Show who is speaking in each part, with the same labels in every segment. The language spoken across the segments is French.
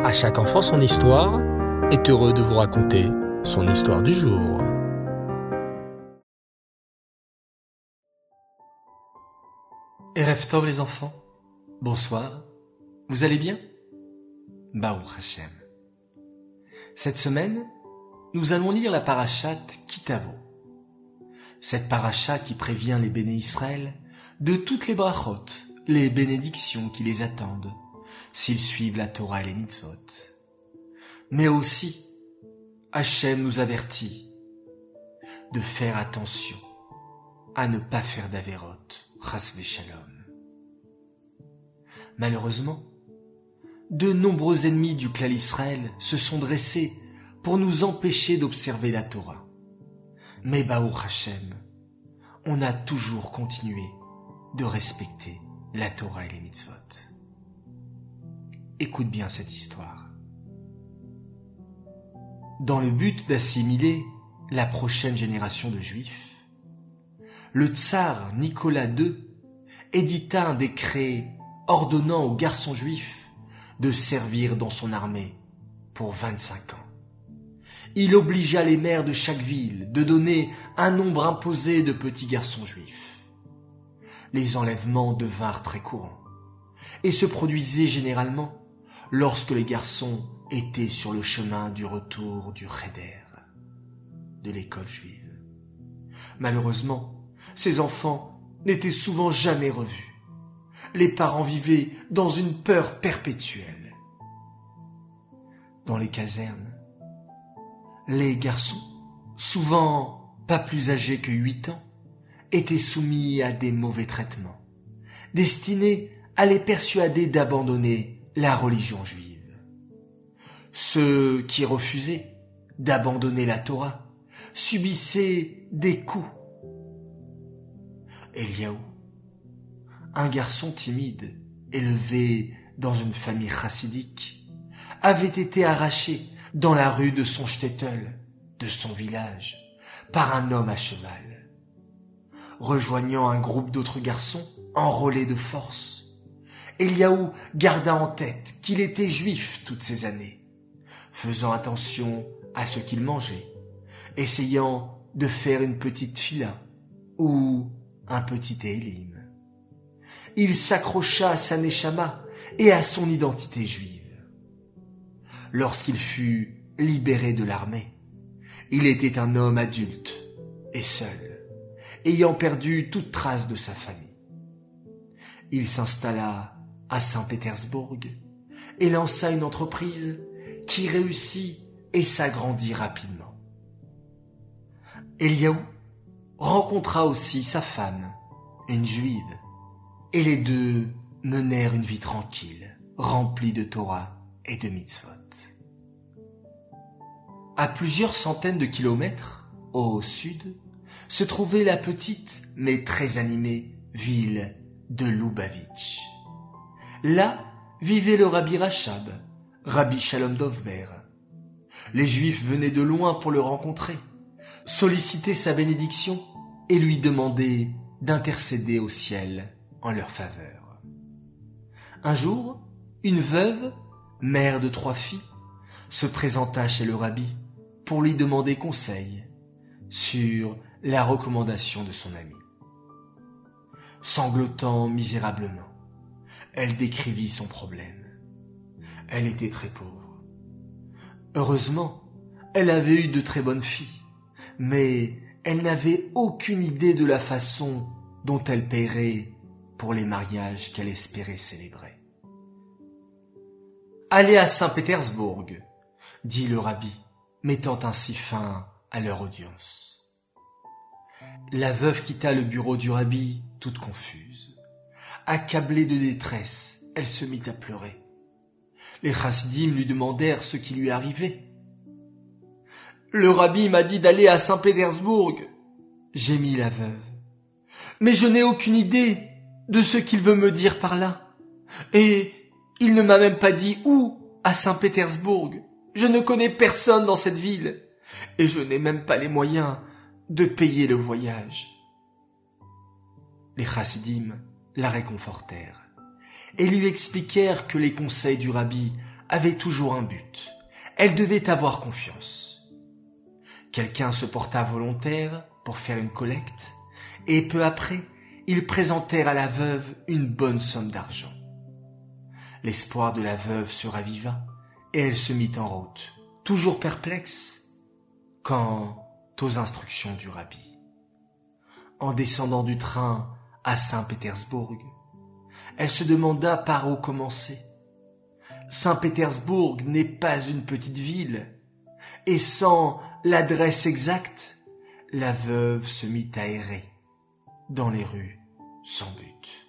Speaker 1: À chaque enfant son histoire est heureux de vous raconter son histoire du jour.
Speaker 2: Erev Tov les enfants, bonsoir, vous allez bien? Baruch Hashem. Cette semaine, nous allons lire la parachate Kitavo. Cette paracha qui prévient les béné Israël de toutes les brachot, les bénédictions qui les attendent, s'ils suivent la Torah et les mitzvot. Mais aussi, Hachem nous avertit de faire attention à ne pas faire d'avérot, chas v'shalom. Malheureusement, de nombreux ennemis du clan Israël se sont dressés pour nous empêcher d'observer la Torah. Mais Baruch Hashem, on a toujours continué de respecter la Torah et les mitzvot. Écoute bien cette histoire. Dans le but d'assimiler la prochaine génération de Juifs, le tsar Nicolas II édita un décret ordonnant aux garçons juifs de servir dans son armée pour 25 ans. Il obligea les maires de chaque ville de donner un nombre imposé de petits garçons juifs. Les enlèvements devinrent très courants et se produisaient généralement lorsque les garçons étaient sur le chemin du retour du cheder, de l'école juive. Malheureusement, ces enfants n'étaient souvent jamais revus. Les parents vivaient dans une peur perpétuelle. Dans les casernes, les garçons, souvent pas plus âgés que 8 ans, étaient soumis à des mauvais traitements, destinés à les persuader d'abandonner la religion juive. Ceux qui refusaient d'abandonner la Torah subissaient des coups. Eliaou, un garçon timide, élevé dans une famille chassidique, avait été arraché dans la rue de son shtetl, de son village, par un homme à cheval. Rejoignant un groupe d'autres garçons enrôlés de force, Eliaou garda en tête qu'il était juif toutes ces années, faisant attention à ce qu'il mangeait, essayant de faire une petite fila ou un petit télim. Il s'accrocha à sa neshama et à son identité juive. Lorsqu'il fut libéré de l'armée, il était un homme adulte et seul, ayant perdu toute trace de sa famille. Il s'installa à Saint-Pétersbourg et lança une entreprise qui réussit et s'agrandit rapidement. Eliaou rencontra aussi sa femme, une juive, et les deux menèrent une vie tranquille, remplie de Torah et de mitzvot. À plusieurs centaines de kilomètres au sud se trouvait la petite mais très animée ville de Lubavitch. Là vivait le Rabbi Rachab, Rabbi Shalom Dovber. Les Juifs venaient de loin pour le rencontrer, solliciter sa bénédiction et lui demander d'intercéder au ciel en leur faveur. Un jour, une veuve, mère de 3 filles, se présenta chez le Rabbi pour lui demander conseil sur la recommandation de son ami. Sanglotant misérablement, elle décrivit son problème. Elle était très pauvre. Heureusement, elle avait eu de très bonnes filles, mais elle n'avait aucune idée de la façon dont elle paierait pour les mariages qu'elle espérait célébrer. « Allez à Saint-Pétersbourg », dit le Rabbi, mettant ainsi fin à leur audience. La veuve quitta le bureau du Rabbi toute confuse. Accablée de détresse, elle se mit à pleurer. Les chassidim lui demandèrent ce qui lui arrivait. « Le Rabbi m'a dit d'aller à Saint-Pétersbourg », gémit la veuve. « Mais je n'ai aucune idée de ce qu'il veut me dire par là. Et il ne m'a même pas dit où à Saint-Pétersbourg. Je ne connais personne dans cette ville. Et je n'ai même pas les moyens de payer le voyage. » Les chassidim la réconfortèrent et lui expliquèrent que les conseils du Rabbi avait toujours un but. Elle devait avoir confiance. Quelqu'un se porta volontaire pour faire une collecte, et peu après, ils présentèrent à la veuve une bonne somme d'argent. L'espoir de la veuve se raviva, et elle se mit en route, toujours perplexe, quant aux instructions du rabbi. En descendant du train à Saint-Pétersbourg, elle se demanda par où commencer. Saint-Pétersbourg n'est pas une petite ville, et sans l'adresse exacte, la veuve se mit à errer dans les rues sans but.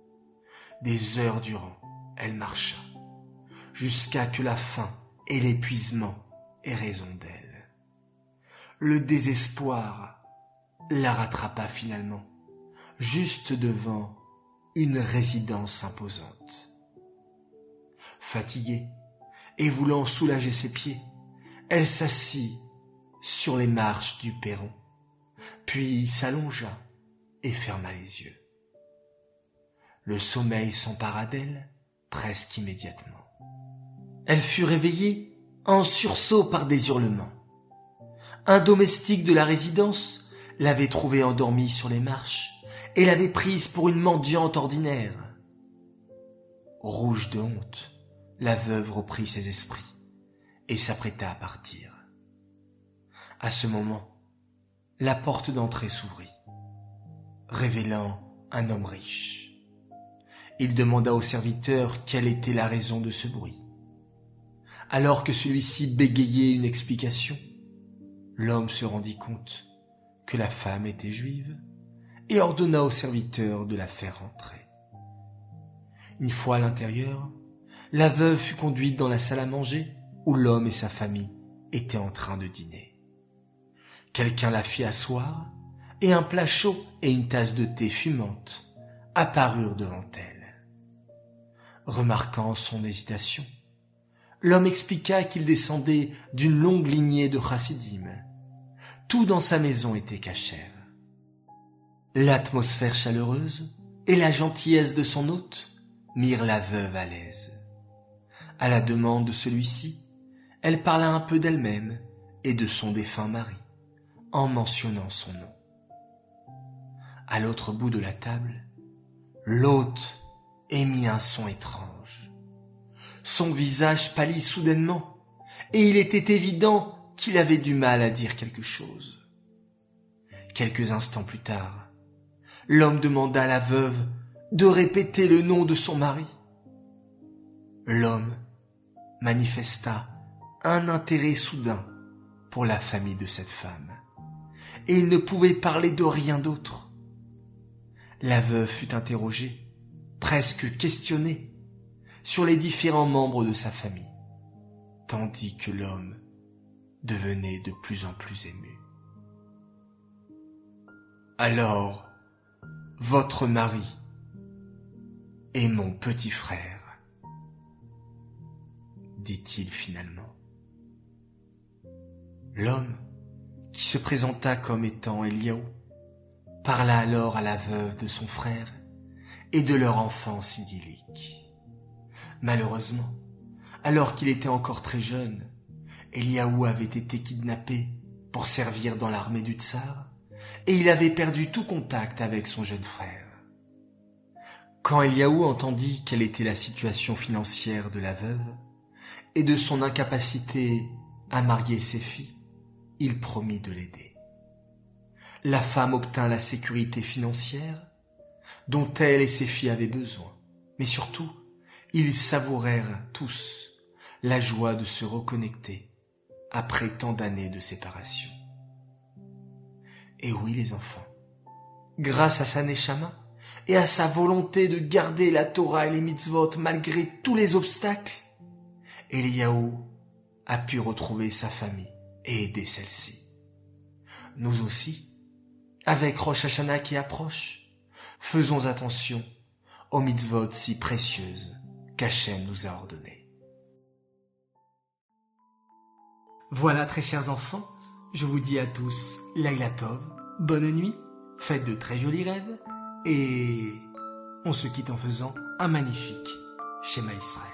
Speaker 2: Des heures durant, elle marcha, jusqu'à que la faim et l'épuisement aient raison d'elle. Le désespoir la rattrapa finalement, juste devant une résidence imposante. Fatiguée et voulant soulager ses pieds, elle s'assit sur les marches du perron, puis s'allongea et ferma les yeux. Le sommeil s'empara d'elle presque immédiatement. Elle fut réveillée en sursaut par des hurlements. Un domestique de la résidence l'avait trouvée endormie sur les marches et l'avait prise pour une mendiante ordinaire. Rouge de honte, la veuve reprit ses esprits et s'apprêta à partir. À ce moment, la porte d'entrée s'ouvrit, révélant un homme riche. Il demanda au serviteur quelle était la raison de ce bruit. Alors que celui-ci bégayait une explication, l'homme se rendit compte que la femme était juive et ordonna au serviteur de la faire entrer. Une fois à l'intérieur, la veuve fut conduite dans la salle à manger où l'homme et sa famille étaient en train de dîner. Quelqu'un la fit asseoir et un plat chaud et une tasse de thé fumante apparurent devant elle. Remarquant son hésitation, l'homme expliqua qu'il descendait d'une longue lignée de chassidim. Tout dans sa maison était cachère. L'atmosphère chaleureuse et la gentillesse de son hôte mirent la veuve à l'aise. À la demande de celui-ci, elle parla un peu d'elle-même et de son défunt mari, en mentionnant son nom. À l'autre bout de la table, l'hôte émit un son étrange. Son visage pâlit soudainement, et il était évident qu'il avait du mal à dire quelque chose. Quelques instants plus tard, l'homme demanda à la veuve de répéter le nom de son mari. L'homme manifesta un intérêt soudain pour la famille de cette femme, et il ne pouvait parler de rien d'autre. La veuve fut interrogée, presque questionnée, sur les différents membres de sa famille, tandis que l'homme devenait de plus en plus ému. Alors, votre mari est mon petit frère, dit-il finalement. L'homme, qui se présenta comme étant Eliaou, parla alors à la veuve de son frère et de leur enfance idyllique. Malheureusement, alors qu'il était encore très jeune, Eliaou avait été kidnappé pour servir dans l'armée du tsar et il avait perdu tout contact avec son jeune frère. Quand Eliaou entendit quelle était la situation financière de la veuve et de son incapacité à marier ses filles, il promit de l'aider. La femme obtint la sécurité financière dont elle et ses filles avaient besoin, mais surtout, ils savourèrent tous la joie de se reconnecter après tant d'années de séparation. Et oui, les enfants, grâce à sa neshama et à sa volonté de garder la Torah et les mitzvot malgré tous les obstacles, Eliaou a pu retrouver sa famille et aider celle-ci. Nous aussi, avec Rosh Hashanah qui approche, faisons attention aux mitzvot si précieuses qu'Hachem nous a ordonnées. Voilà, très chers enfants, je vous dis à tous Laila Tov, bonne nuit, faites de très jolis rêves, et on se quitte en faisant un magnifique Shema Israël.